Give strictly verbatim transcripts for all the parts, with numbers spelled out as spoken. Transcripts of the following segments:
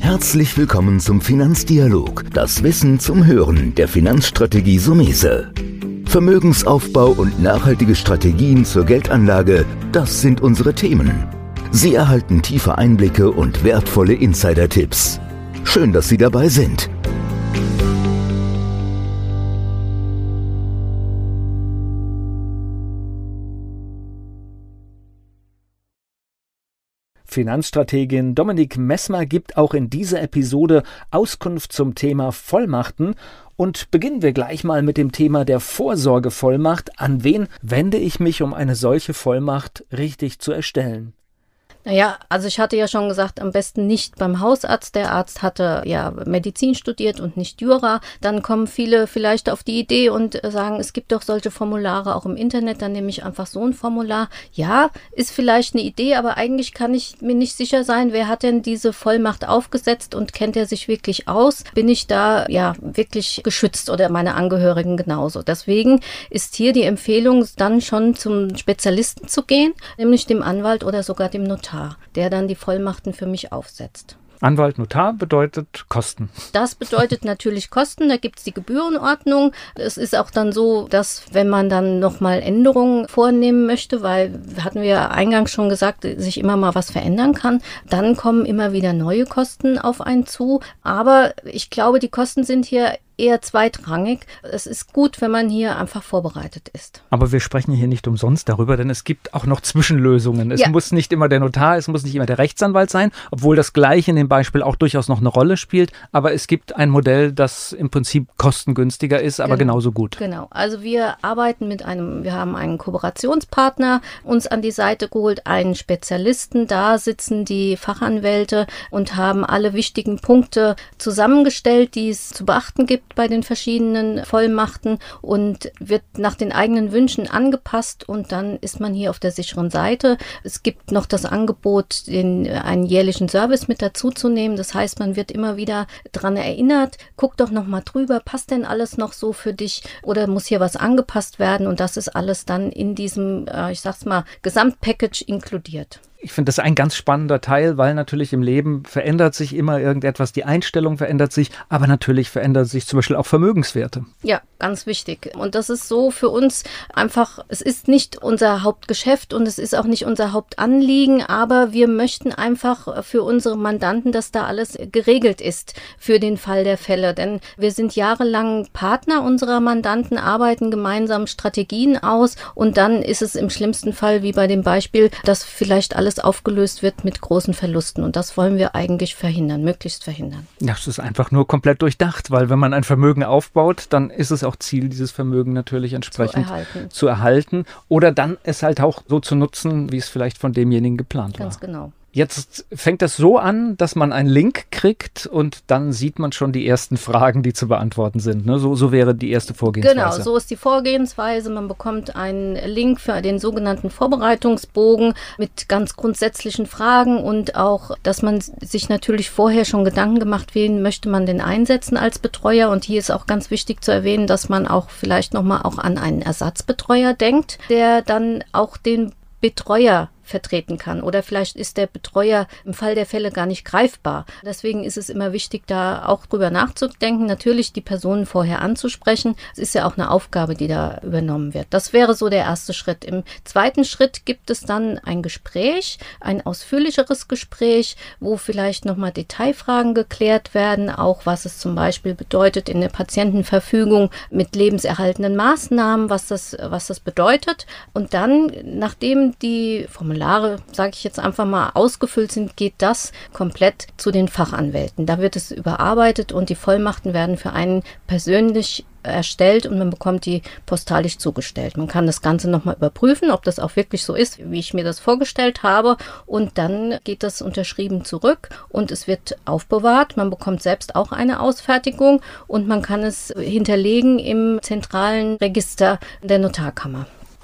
Herzlich willkommen zum Finanzdialog, das Wissen zum Hören der Finanzstrategie Sumese. Vermögensaufbau und nachhaltige Strategien zur Geldanlage, das sind unsere Themen. Sie erhalten tiefe Einblicke und wertvolle Insider-Tipps. Schön, dass Sie dabei sind. Finanzstrategin Dominik Messmer gibt auch in dieser Episode Auskunft zum Thema Vollmachten. Und beginnen wir gleich mal mit dem Thema der Vorsorgevollmacht. An wen wende ich mich, um eine solche Vollmacht richtig zu erstellen? Naja, also ich hatte ja schon gesagt, am besten nicht beim Hausarzt. Der Arzt hatte ja Medizin studiert und nicht Jura. Dann kommen viele vielleicht auf die Idee und sagen, es gibt doch solche Formulare auch im Internet, dann nehme ich einfach so ein Formular. Ja, ist vielleicht eine Idee, aber eigentlich kann ich mir nicht sicher sein, wer hat denn diese Vollmacht aufgesetzt und kennt er sich wirklich aus? Bin ich da ja wirklich geschützt oder meine Angehörigen genauso? Deswegen ist hier die Empfehlung, dann schon zum Spezialisten zu gehen, nämlich dem Anwalt oder sogar dem Notar, der dann die Vollmachten für mich aufsetzt. Anwalt, Notar bedeutet Kosten. Das bedeutet natürlich Kosten, da gibt es die Gebührenordnung. Es ist auch dann so, dass wenn man dann nochmal Änderungen vornehmen möchte, weil, hatten wir ja eingangs schon gesagt, sich immer mal was verändern kann, dann kommen immer wieder neue Kosten auf einen zu. Aber ich glaube, die Kosten sind hier eher zweitrangig. Es ist gut, wenn man hier einfach vorbereitet ist. Aber wir sprechen hier nicht umsonst darüber, denn es gibt auch noch Zwischenlösungen. Es ja. muss nicht immer der Notar, es muss nicht immer der Rechtsanwalt sein, obwohl das Gleiche in dem Beispiel auch durchaus noch eine Rolle spielt. Aber es gibt ein Modell, das im Prinzip kostengünstiger ist, aber genau. genauso gut. Genau. Also wir arbeiten mit einem, wir haben einen Kooperationspartner uns an die Seite geholt, einen Spezialisten. Da sitzen die Fachanwälte und haben alle wichtigen Punkte zusammengestellt, die es zu beachten gibt bei den verschiedenen Vollmachten und wird nach den eigenen Wünschen angepasst und dann ist man hier auf der sicheren Seite. Es gibt noch das Angebot, den, einen jährlichen Service mit dazu zu nehmen. Das heißt, man wird immer wieder dran erinnert, guck doch noch mal drüber, passt denn alles noch so für dich oder muss hier was angepasst werden? Und das ist alles dann in diesem, ich sag's mal, Gesamtpackage inkludiert. Ich finde das ein ganz spannender Teil, weil natürlich im Leben verändert sich immer irgendetwas, die Einstellung verändert sich, aber natürlich verändern sich zum Beispiel auch Vermögenswerte. Ja, ganz wichtig. Und das ist so für uns einfach, es ist nicht unser Hauptgeschäft und es ist auch nicht unser Hauptanliegen, aber wir möchten einfach für unsere Mandanten, dass da alles geregelt ist für den Fall der Fälle. Denn wir sind jahrelang Partner unserer Mandanten, arbeiten gemeinsam Strategien aus und dann ist es im schlimmsten Fall, wie bei dem Beispiel, dass vielleicht alles aufgelöst wird mit großen Verlusten. Und das wollen wir eigentlich verhindern, möglichst verhindern. Das ist einfach nur komplett durchdacht, weil wenn man ein Vermögen aufbaut, dann ist es auch Ziel, dieses Vermögen natürlich entsprechend zu erhalten, zu erhalten oder dann es halt auch so zu nutzen, wie es vielleicht von demjenigen geplant war. Ganz genau. Jetzt fängt das so an, dass man einen Link kriegt und dann sieht man schon die ersten Fragen, die zu beantworten sind. Ne? So, so wäre die erste Vorgehensweise. Genau, so ist die Vorgehensweise. Man bekommt einen Link für den sogenannten Vorbereitungsbogen mit ganz grundsätzlichen Fragen und auch, dass man sich natürlich vorher schon Gedanken gemacht, wen möchte man denn einsetzen als Betreuer. Und hier ist auch ganz wichtig zu erwähnen, dass man auch vielleicht nochmal auch an einen Ersatzbetreuer denkt, der dann auch den Betreuer vertreten kann. Oder vielleicht ist der Betreuer im Fall der Fälle gar nicht greifbar. Deswegen ist es immer wichtig, da auch drüber nachzudenken, natürlich die Personen vorher anzusprechen. Es ist ja auch eine Aufgabe, die da übernommen wird. Das wäre so der erste Schritt. Im zweiten Schritt gibt es dann ein Gespräch, ein ausführlicheres Gespräch, wo vielleicht nochmal Detailfragen geklärt werden, auch was es zum Beispiel bedeutet in der Patientenverfügung mit lebenserhaltenden Maßnahmen, was das, was das bedeutet. Und dann, nachdem die Formulare Formulare, sage ich jetzt einfach mal, ausgefüllt sind, geht das komplett zu den Fachanwälten. Da wird es überarbeitet und die Vollmachten werden für einen persönlich erstellt und man bekommt die postalisch zugestellt. Man kann das Ganze nochmal überprüfen, ob das auch wirklich so ist, wie ich mir das vorgestellt habe und dann geht das unterschrieben zurück und es wird aufbewahrt. Man bekommt selbst auch eine Ausfertigung und man kann es hinterlegen im zentralen Register der Notarkammer.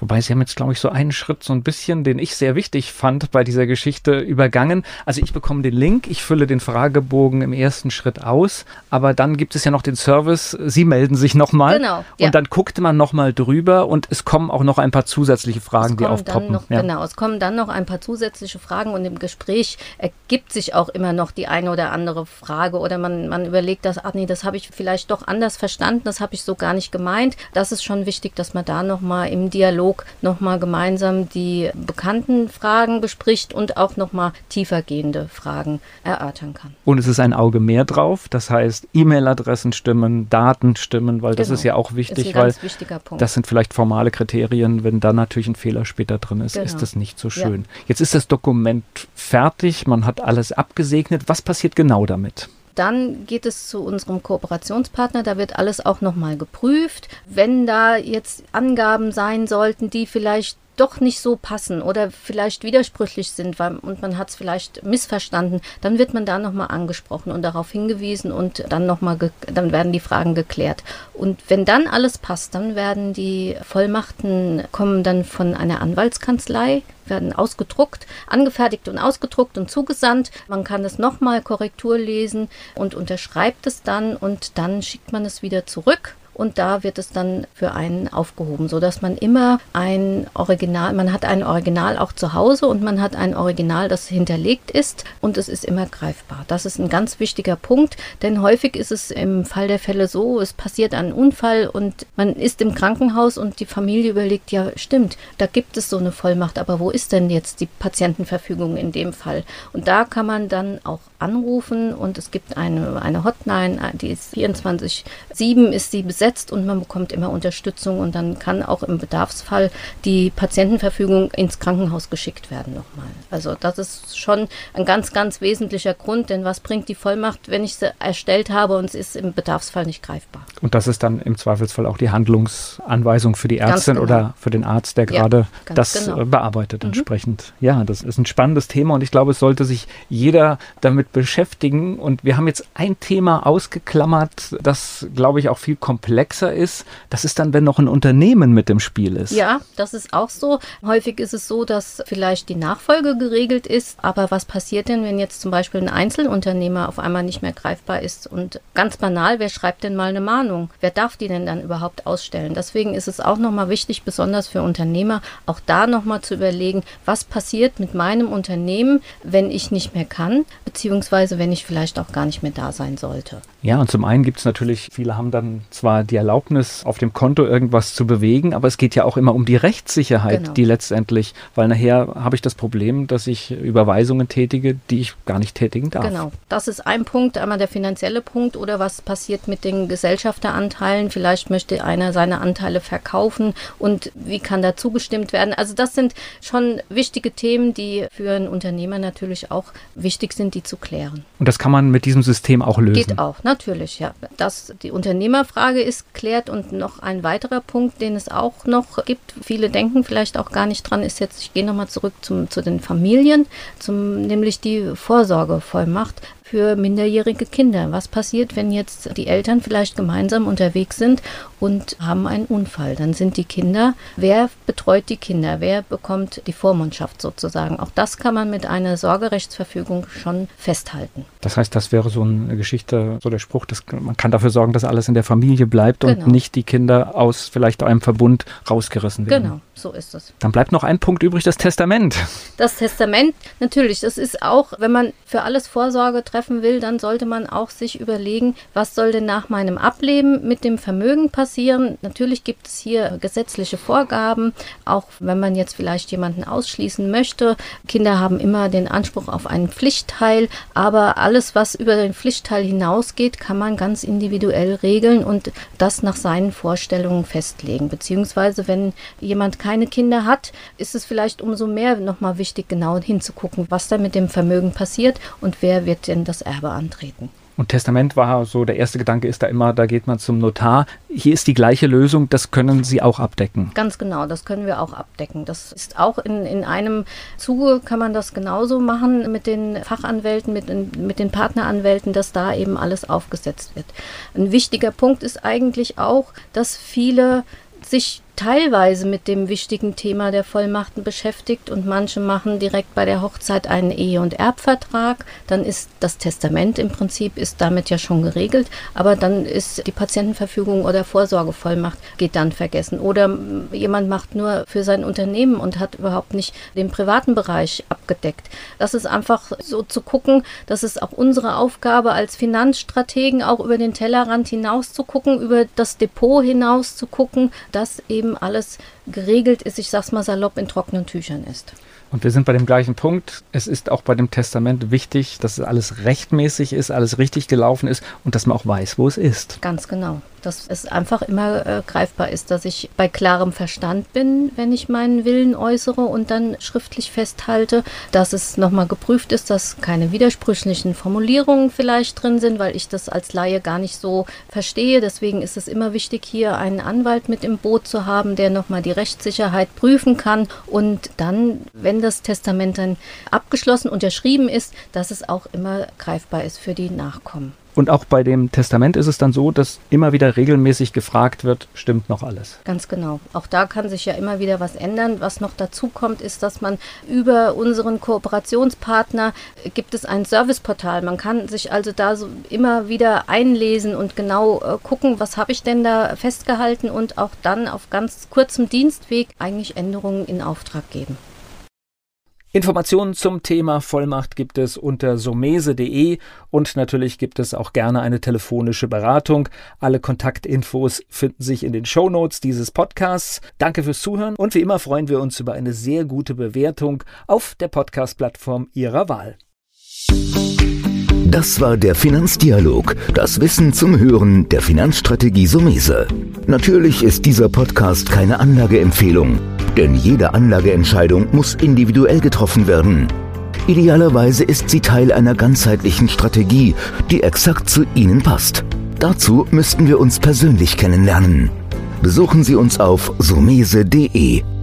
Wobei Sie haben jetzt, glaube ich, so einen Schritt so ein bisschen, den ich sehr wichtig fand bei dieser Geschichte, übergangen. Also ich bekomme den Link, ich fülle den Fragebogen im ersten Schritt aus, aber dann gibt es ja noch den Service, Sie melden sich nochmal. Genau. Und ja. dann guckt man nochmal drüber und es kommen auch noch ein paar zusätzliche Fragen, die aufpoppen. Noch, ja. Genau, es kommen dann noch ein paar zusätzliche Fragen und im Gespräch ergibt sich auch immer noch die eine oder andere Frage oder man, man überlegt, dass, ach nee, das habe ich vielleicht doch anders verstanden, das habe ich so gar nicht gemeint. Das ist schon wichtig, dass man da nochmal im Dialog nochmal gemeinsam die bekannten Fragen bespricht und auch nochmal tiefergehende Fragen erörtern kann. Und es ist ein Auge mehr drauf, das heißt E-Mail-Adressen stimmen, Daten stimmen, weil das genau. ist ja auch wichtig, ist ein ganz weil wichtiger Punkt. Das sind vielleicht formale Kriterien, wenn da natürlich ein Fehler später drin ist, genau. ist das nicht so schön. Ja. Jetzt ist das Dokument fertig, man hat alles abgesegnet. Was passiert genau damit? Dann geht es zu unserem Kooperationspartner, da wird alles auch nochmal geprüft. Wenn da jetzt Angaben sein sollten, die vielleicht doch nicht so passen oder vielleicht widersprüchlich sind weil, und man hat es vielleicht missverstanden, dann wird man da nochmal angesprochen und darauf hingewiesen und dann nochmal, ge- dann werden die Fragen geklärt. Und wenn dann alles passt, dann werden die Vollmachten, kommen dann von einer Anwaltskanzlei, werden ausgedruckt, angefertigt und ausgedruckt und zugesandt. Man kann es nochmal Korrektur lesen und unterschreibt es dann und dann schickt man es wieder zurück. Und da wird es dann für einen aufgehoben, sodass man immer ein Original, man hat ein Original auch zu Hause und man hat ein Original, das hinterlegt ist und es ist immer greifbar. Das ist ein ganz wichtiger Punkt, denn häufig ist es im Fall der Fälle so, es passiert ein Unfall und man ist im Krankenhaus und die Familie überlegt, ja stimmt, da gibt es so eine Vollmacht, aber wo ist denn jetzt die Patientenverfügung in dem Fall? Und da kann man dann auch anrufen und es gibt eine, eine Hotline, die ist vierundzwanzig sieben ist die besetzt und man bekommt immer Unterstützung und dann kann auch im Bedarfsfall die Patientenverfügung ins Krankenhaus geschickt werden nochmal. Also das ist schon ein ganz, ganz wesentlicher Grund, denn was bringt die Vollmacht, wenn ich sie erstellt habe und es ist im Bedarfsfall nicht greifbar. Und das ist dann im Zweifelsfall auch die Handlungsanweisung für die Ärztin genau. oder für den Arzt, der gerade ja, das genau. bearbeitet mhm. entsprechend. Ja, das ist ein spannendes Thema und ich glaube, es sollte sich jeder damit beschäftigen und wir haben jetzt ein Thema ausgeklammert, das, glaube ich, auch viel komplexer ist. Das ist dann, wenn noch ein Unternehmen mit im Spiel ist. Ja, das ist auch so. Häufig ist es so, dass vielleicht die Nachfolge geregelt ist, aber was passiert denn, wenn jetzt zum Beispiel ein Einzelunternehmer auf einmal nicht mehr greifbar ist? Und ganz banal, wer schreibt denn mal eine Mahnung? Wer darf die denn dann überhaupt ausstellen? Deswegen ist es auch nochmal wichtig, besonders für Unternehmer, auch da nochmal zu überlegen, was passiert mit meinem Unternehmen, wenn ich nicht mehr kann, beziehungsweise wenn ich vielleicht auch gar nicht mehr da sein sollte. Ja, und zum einen gibt es natürlich, viele haben dann zwar die Erlaubnis, auf dem Konto irgendwas zu bewegen, aber es geht ja auch immer um die Rechtssicherheit, genau. die letztendlich, weil nachher habe ich das Problem, dass ich Überweisungen tätige, die ich gar nicht tätigen darf. Genau, das ist ein Punkt, einmal der finanzielle Punkt oder was passiert mit den Gesellschafteranteilen. Vielleicht möchte einer seine Anteile verkaufen und wie kann da zugestimmt werden. Also das sind schon wichtige Themen, die für einen Unternehmer natürlich auch wichtig sind, die zu klären. Und das kann man mit diesem System auch lösen? Geht auch, natürlich, ja. Dass die Unternehmerfrage ist geklärt und noch ein weiterer Punkt, den es auch noch gibt, viele denken vielleicht auch gar nicht dran, ist jetzt, ich gehe nochmal zurück zum, zu den Familien, zum, nämlich die Vorsorgevollmacht für minderjährige Kinder. Was passiert, wenn jetzt die Eltern vielleicht gemeinsam unterwegs sind und haben einen Unfall? Dann sind die Kinder, wer betreut die Kinder? Wer bekommt die Vormundschaft sozusagen? Auch das kann man mit einer Sorgerechtsverfügung schon festhalten. Das heißt, das wäre so eine Geschichte, so der Spruch, dass man kann dafür sorgen, dass alles in der Familie bleibt genau. und nicht die Kinder aus vielleicht einem Verbund rausgerissen werden. Genau, so ist es. Dann bleibt noch ein Punkt übrig, das Testament. Das Testament, natürlich, das ist auch, wenn man für alles Vorsorge treffen will, dann sollte man auch sich überlegen, was soll denn nach meinem Ableben mit dem Vermögen passieren. Natürlich gibt es hier gesetzliche Vorgaben, auch wenn man jetzt vielleicht jemanden ausschließen möchte. Kinder haben immer den Anspruch auf einen Pflichtteil, aber alles, was über den Pflichtteil hinausgeht, kann man ganz individuell regeln und das nach seinen Vorstellungen festlegen. Beziehungsweise, wenn jemand keine Kinder hat, ist es vielleicht umso mehr nochmal wichtig, genau hinzugucken, was da mit dem Vermögen passiert und wer wird denn das Erbe antreten. Und Testament war so, der erste Gedanke ist da immer, da geht man zum Notar. Hier ist die gleiche Lösung, das können Sie auch abdecken. Ganz genau, das können wir auch abdecken. Das ist auch in, in einem Zuge, kann man das genauso machen mit den Fachanwälten, mit, mit den Partneranwälten, dass da eben alles aufgesetzt wird. Ein wichtiger Punkt ist eigentlich auch, dass viele sich teilweise mit dem wichtigen Thema der Vollmachten beschäftigt und manche machen direkt bei der Hochzeit einen Ehe- und Erbvertrag. Dann ist das Testament im Prinzip ist damit ja schon geregelt, aber dann ist die Patientenverfügung oder Vorsorgevollmacht geht dann vergessen. Oder jemand macht nur für sein Unternehmen und hat überhaupt nicht den privaten Bereich abgedeckt. Das ist einfach so zu gucken, dass es auch unsere Aufgabe als Finanzstrategen auch über den Tellerrand hinaus zu gucken, über das Depot hinaus zu gucken, dass eben alles geregelt ist, ich sag's mal salopp, in trockenen Tüchern ist. Und wir sind bei dem gleichen Punkt. Es ist auch bei dem Testament wichtig, dass alles rechtmäßig ist, alles richtig gelaufen ist und dass man auch weiß, wo es ist. Ganz genau. Dass es einfach immer äh, greifbar ist, dass ich bei klarem Verstand bin, wenn ich meinen Willen äußere und dann schriftlich festhalte, dass es nochmal geprüft ist, dass keine widersprüchlichen Formulierungen vielleicht drin sind, weil ich das als Laie gar nicht so verstehe. Deswegen ist es immer wichtig, hier einen Anwalt mit im Boot zu haben, der nochmal die Rechtssicherheit prüfen kann und dann, wenn das Testament dann abgeschlossen, unterschrieben ist, dass es auch immer greifbar ist für die Nachkommen. Und auch bei dem Testament ist es dann so, dass immer wieder regelmäßig gefragt wird, stimmt noch alles? Ganz genau. Auch da kann sich ja immer wieder was ändern. Was noch dazu kommt, ist, dass man über unseren Kooperationspartner gibt es ein Serviceportal. Man kann sich also da so immer wieder einlesen und genau äh, gucken, was habe ich denn da festgehalten und auch dann auf ganz kurzem Dienstweg eigentlich Änderungen in Auftrag geben. Informationen zum Thema Vollmacht gibt es unter somese punkt de und natürlich gibt es auch gerne eine telefonische Beratung. Alle Kontaktinfos finden sich in den Shownotes dieses Podcasts. Danke fürs Zuhören und wie immer freuen wir uns über eine sehr gute Bewertung auf der Podcast-Plattform Ihrer Wahl. Das war der Finanzdialog, das Wissen zum Hören der Finanzstrategie Somese. Natürlich ist dieser Podcast keine Anlageempfehlung, denn jede Anlageentscheidung muss individuell getroffen werden. Idealerweise ist sie Teil einer ganzheitlichen Strategie, die exakt zu Ihnen passt. Dazu müssten wir uns persönlich kennenlernen. Besuchen Sie uns auf somese punkt de.